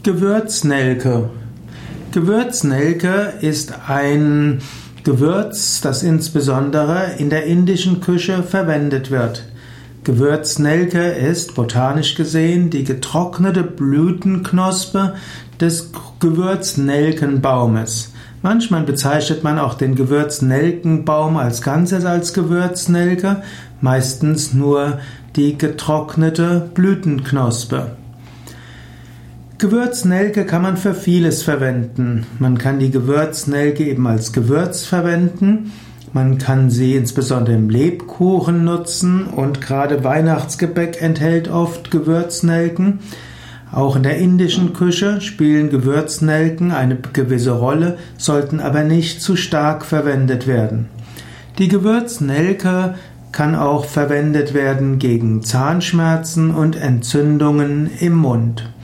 Gewürznelke. Gewürznelke ist ein Gewürz, das insbesondere in der indischen Küche verwendet wird. Gewürznelke ist, botanisch gesehen, die getrocknete Blütenknospe des Gewürznelkenbaumes. Manchmal bezeichnet man auch den Gewürznelkenbaum als Ganzes als Gewürznelke, meistens nur die getrocknete Blütenknospe. Gewürznelke kann man für vieles verwenden. Man kann die Gewürznelke eben als Gewürz verwenden. Man kann sie insbesondere im Lebkuchen nutzen und gerade Weihnachtsgebäck enthält oft Gewürznelken. Auch in der indischen Küche spielen Gewürznelken eine gewisse Rolle, sollten aber nicht zu stark verwendet werden. Die Gewürznelke kann auch verwendet werden gegen Zahnschmerzen und Entzündungen im Mund.